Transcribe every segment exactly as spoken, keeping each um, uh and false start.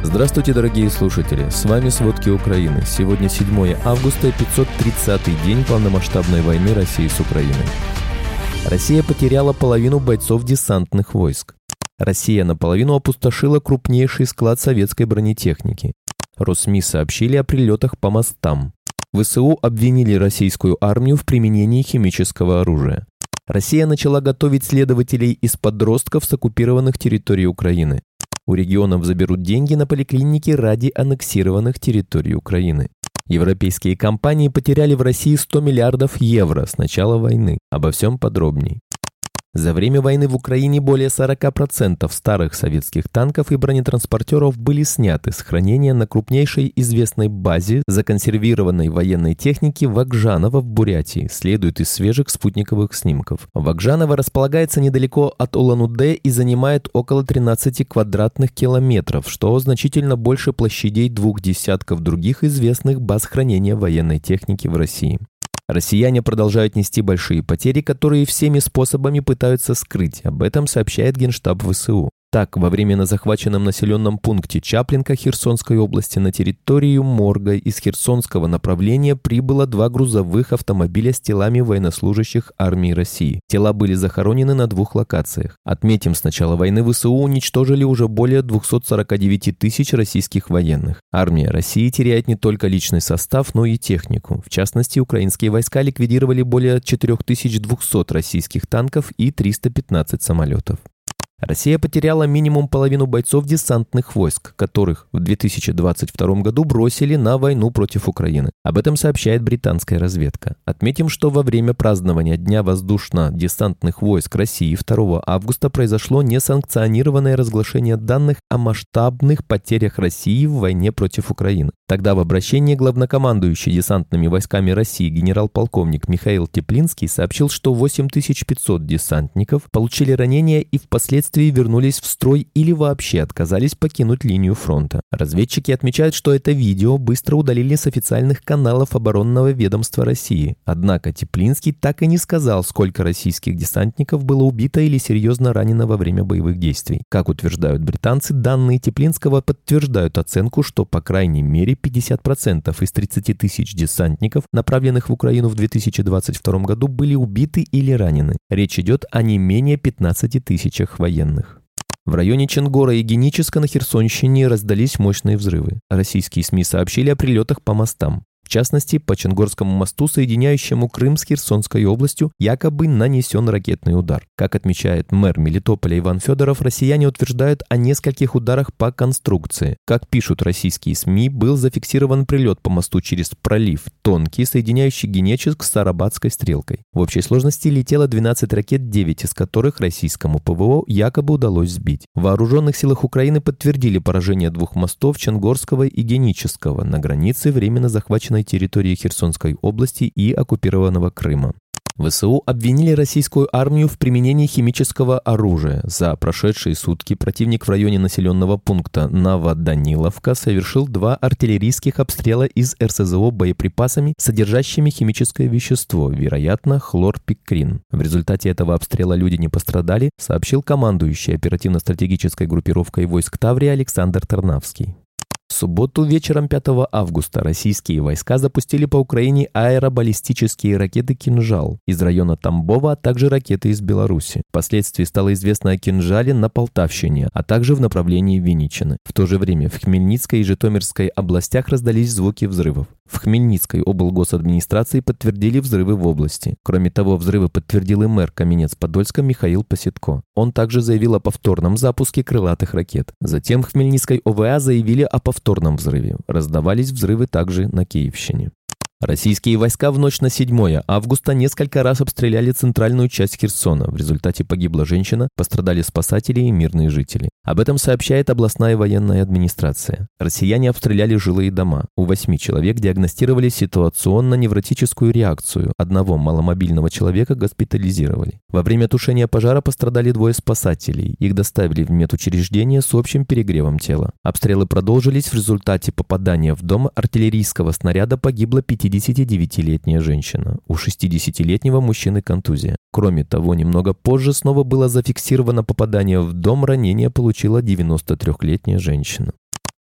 Здравствуйте, дорогие слушатели! С вами «Сводки Украины». Сегодня седьмое августа, пятьсот тридцатый день полномасштабной войны России с Украиной. Россия потеряла половину бойцов десантных войск. Россия наполовину опустошила крупнейший склад советской бронетехники. Росс.МИ сообщили о прилетах по мостам. ВСУ обвинили российскую армию в применении химического оружия. Россия начала готовить следователей из подростков с оккупированных территорий Украины. У регионов заберут деньги на поликлиники ради аннексированных территорий Украины. Европейские компании потеряли в России сто миллиардов евро с начала войны. Обо всем подробней. За время войны в Украине более сорока процентов старых советских танков и бронетранспортеров были сняты с хранения на крупнейшей известной базе законсервированной военной техники Вагжаново в Бурятии, следует из свежих спутниковых снимков. Вагжаново располагается недалеко от Улан-Удэ и занимает около тринадцати квадратных километров, что значительно больше площадей двух десятков других известных баз хранения военной техники в России. Россияне продолжают нести большие потери, которые всеми способами пытаются скрыть. Об этом сообщает Генштаб ВСУ. Так, во временно захваченном населенном пункте Чаплинка Херсонской области на территорию морга из херсонского направления прибыло два грузовых автомобиля с телами военнослужащих армии России. Тела были захоронены на двух локациях. Отметим, с начала войны ВСУ уничтожили уже более двухсот сорока девяти тысяч российских военных. Армия России теряет не только личный состав, но и технику. В частности, украинские войска ликвидировали более четырёх тысяч двухсот российских танков и триста пятнадцать самолетов. Россия потеряла минимум половину бойцов десантных войск, которых в две тысячи двадцать втором году бросили на войну против Украины. Об этом сообщает британская разведка. Отметим, что во время празднования Дня воздушно-десантных войск России второго августа произошло несанкционированное разглашение данных о масштабных потерях России в войне против Украины. Тогда в обращении главнокомандующий десантными войсками России генерал-полковник Михаил Теплинский сообщил, что восемь тысяч пятьсот десантников получили ранения и впоследствии вернулись в строй или вообще отказались покинуть линию фронта. Разведчики отмечают, что это видео быстро удалили с официальных каналов оборонного ведомства России. Однако Теплинский так и не сказал, сколько российских десантников было убито или серьезно ранено во время боевых действий. Как утверждают британцы, данные Теплинского подтверждают оценку, что по крайней мере пятьдесят процентов из тридцати тысяч десантников, направленных в Украину в две тысячи двадцать втором году, были убиты или ранены. Речь идет о не менее пятнадцати тысячах военных. В районе Чонгора и Геническа на Херсонщине раздались мощные взрывы. Российские СМИ сообщили о прилетах по мостам. В частности, по Чонгорскому мосту, соединяющему Крым с Херсонской областью, якобы нанесен ракетный удар. Как отмечает мэр Мелитополя Иван Федоров, россияне утверждают о нескольких ударах по конструкции. Как пишут российские СМИ, был зафиксирован прилет по мосту через пролив Тонкий, соединяющий Генеческ с Арабатской стрелкой. В общей сложности летело двенадцать ракет, девять из которых российскому ПВО якобы удалось сбить. В вооруженных силах Украины подтвердили поражение двух мостов Чонгорского и Генического на границе временно захваченной территории Херсонской области и оккупированного Крыма. ВСУ обвинили российскую армию в применении химического оружия. За прошедшие сутки противник в районе населенного пункта Новоданиловка совершил два артиллерийских обстрела из эр эс зэ о боеприпасами, содержащими химическое вещество, вероятно, хлорпикрин. В результате этого обстрела люди не пострадали, сообщил командующий оперативно-стратегической группировкой войск Таврия Александр Тарнавский. В субботу вечером пятого августа российские войска запустили по Украине аэробаллистические ракеты «Кинжал» из района Тамбова, а также ракеты из Беларуси. Впоследствии стало известно о «Кинжале» на Полтавщине, а также в направлении Винничины. В то же время в Хмельницкой и Житомирской областях раздались звуки взрывов. В Хмельницкой облгосадминистрации подтвердили взрывы в области. Кроме того, взрывы подтвердил и мэр Каменец-Подольска Михаил Посидко. Он также заявил о повторном запуске крылатых ракет. Затем в Хмельницкой о вэ а заявили о повторном взрыве. Раздавались взрывы также на Киевщине. Российские войска в ночь на седьмое августа несколько раз обстреляли центральную часть Херсона. В результате погибла женщина, пострадали спасатели и мирные жители. Об этом сообщает областная военная администрация. Россияне обстреляли жилые дома. У восьми человек диагностировали ситуационно-невротическую реакцию. Одного маломобильного человека госпитализировали. Во время тушения пожара пострадали двое спасателей. Их доставили в медучреждение с общим перегревом тела. Обстрелы продолжились. В результате попадания в дом артиллерийского снаряда погибла пятидесятидевятилетняя женщина. У шестидесятилетнего мужчины контузия. Кроме того, немного позже снова было зафиксировано попадание в дом, ранение получила девяностотрёхлетняя женщина.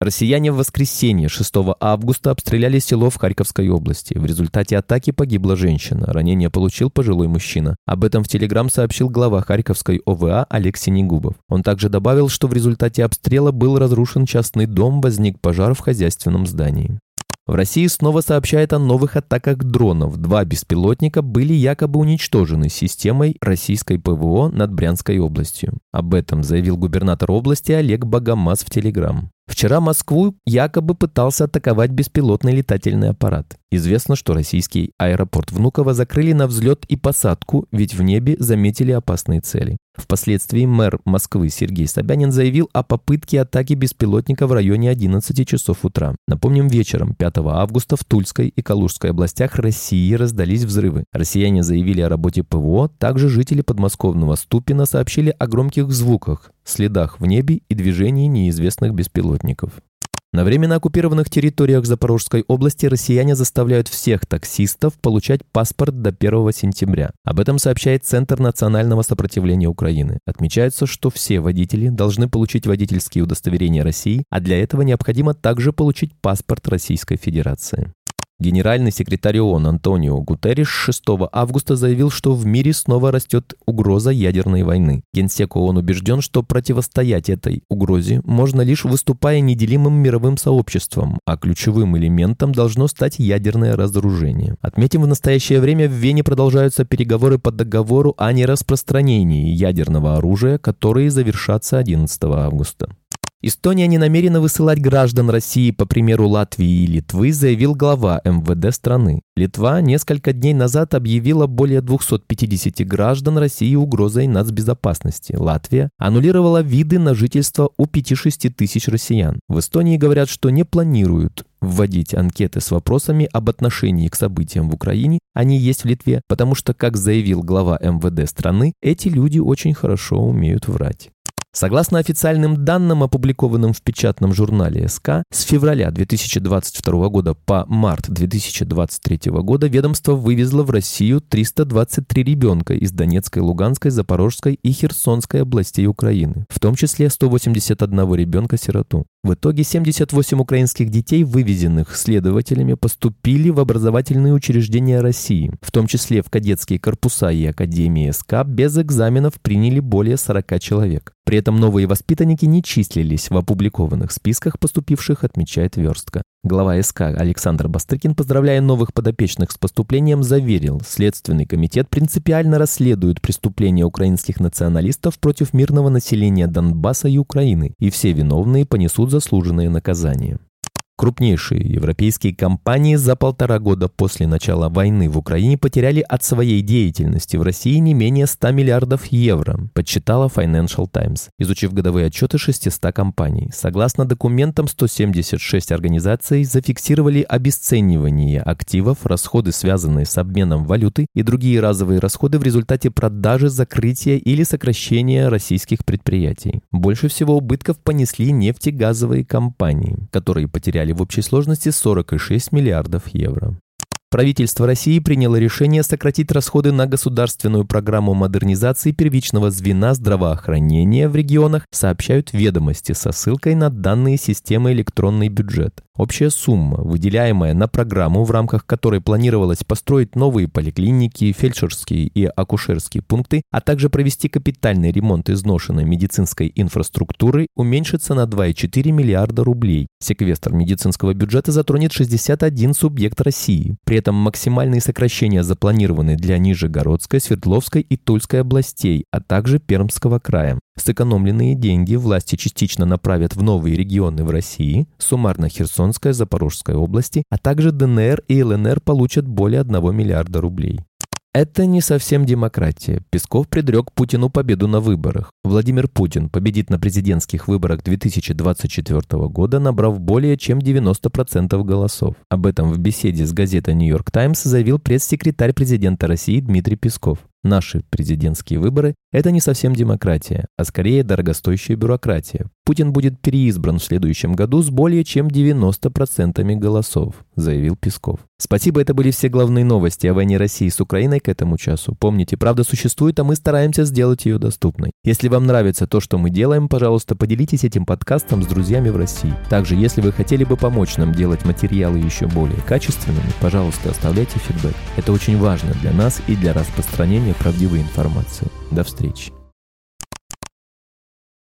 Россияне в воскресенье шестого августа обстреляли село в Харьковской области. В результате атаки погибла женщина. Ранение получил пожилой мужчина. Об этом в Телеграм сообщил глава Харьковской О В А Олег Синегубов. Он также добавил, что в результате обстрела был разрушен частный дом, возник пожар в хозяйственном здании. В России снова сообщают о новых атаках дронов. Два беспилотника были якобы уничтожены системой российской П В О над Брянской областью. Об этом заявил губернатор области Олег Богомаз в Телеграм. Вчера Москву якобы пытался атаковать беспилотный летательный аппарат. Известно, что российский аэропорт Внуково закрыли на взлет и посадку, ведь в небе заметили опасные цели. Впоследствии мэр Москвы Сергей Собянин заявил о попытке атаки беспилотника в районе одиннадцати часов утра. Напомним, вечером пятого августа в Тульской и Калужской областях России раздались взрывы. Россияне заявили о работе П В О, также жители подмосковного Ступино сообщили о громких звуках, следах в небе и движении неизвестных беспилотников. На временно оккупированных территориях Запорожской области россияне заставляют всех таксистов получать паспорт до первого сентября. Об этом сообщает Центр национального сопротивления Украины. Отмечается, что все водители должны получить водительские удостоверения России, а для этого необходимо также получить паспорт Российской Федерации. Генеральный секретарь ООН Антонио Гутерриш шестого августа заявил, что в мире снова растет угроза ядерной войны. Генсек ООН убежден, что противостоять этой угрозе можно лишь выступая неделимым мировым сообществом, а ключевым элементом должно стать ядерное разоружение. Отметим, в настоящее время в Вене продолжаются переговоры по договору о нераспространении ядерного оружия, которые завершатся одиннадцатого августа. Эстония не намерена высылать граждан России по примеру Латвии и Литвы, заявил глава Эм Вэ Дэ страны. Литва несколько дней назад объявила более двухсот пятидесяти граждан России угрозой нацбезопасности. Латвия аннулировала виды на жительство у пяти-шести тысяч россиян. В Эстонии говорят, что не планируют вводить анкеты с вопросами об отношении к событиям в Украине, они есть в Литве, потому что, как заявил глава Эм Вэ Дэ страны, эти люди очень хорошо умеют врать. Согласно официальным данным, опубликованным в печатном журнале Эс Ка, с февраля две тысячи двадцать второго года по март две тысячи двадцать третьего года ведомство вывезло в Россию триста двадцать три ребенка из Донецкой, Луганской, Запорожской и Херсонской областей Украины, в том числе сто восемьдесят один ребенка-сироту. В итоге семьдесят восемь украинских детей, вывезенных следователями, поступили в образовательные учреждения России, в том числе в кадетские корпуса и академии Эс Ка, без экзаменов приняли более сорока человек. При этом новые воспитанники не числились в опубликованных списках поступивших, отмечает Верстка. Глава Эс Ка Александр Бастрыкин, поздравляя новых подопечных с поступлением, заверил, Следственный комитет принципиально расследует преступления украинских националистов против мирного населения Донбасса и Украины, и все виновные понесут заслуженные наказания. Крупнейшие европейские компании за полтора года после начала войны в Украине потеряли от своей деятельности в России не менее ста миллиардов евро, подсчитала Financial Times, изучив годовые отчеты шестисот компаний. Согласно документам, сто семьдесят шесть организаций зафиксировали обесценивание активов, расходы, связанные с обменом валюты, и другие разовые расходы в результате продажи, закрытия или сокращения российских предприятий. Больше всего убытков понесли нефтегазовые компании, которые потеряли в общей сложности сорок шесть миллиардов евро. Правительство России приняло решение сократить расходы на государственную программу модернизации первичного звена здравоохранения в регионах, сообщают ведомости со ссылкой на данные системы «Электронный бюджет». Общая сумма, выделяемая на программу, в рамках которой планировалось построить новые поликлиники, фельдшерские и акушерские пункты, а также провести капитальный ремонт изношенной медицинской инфраструктуры, уменьшится на два целых четыре десятых миллиарда рублей. Секвестр медицинского бюджета затронет шестьдесят один субъект России. При этом максимальные сокращения запланированы для Нижегородской, Свердловской и Тульской областей, а также Пермского края. Сэкономленные деньги власти частично направят в новые регионы в России, суммарно Херсонская, Запорожская области, а также Дэ Эн Эр и Эл Эн Эр получат более одного миллиарда рублей. Это не совсем демократия. Песков предрек Путину победу на выборах. Владимир Путин победит на президентских выборах две тысячи двадцать четвёртого года, набрав более чем девяносто процентов голосов. Об этом в беседе с газетой «Нью-Йорк Таймс» заявил пресс-секретарь президента России Дмитрий Песков. Наши президентские выборы – это не совсем демократия, а скорее дорогостоящая бюрократия. Путин будет переизбран в следующем году с более чем девяноста процентами голосов, заявил Песков. Спасибо, это были все главные новости о войне России с Украиной к этому часу. Помните, правда существует, а мы стараемся сделать ее доступной. Если вам нравится то, что мы делаем, пожалуйста, поделитесь этим подкастом с друзьями в России. Также, если вы хотели бы помочь нам делать материалы еще более качественными, пожалуйста, оставляйте фидбэк. Это очень важно для нас и для распространения правдивой информации. До встречи.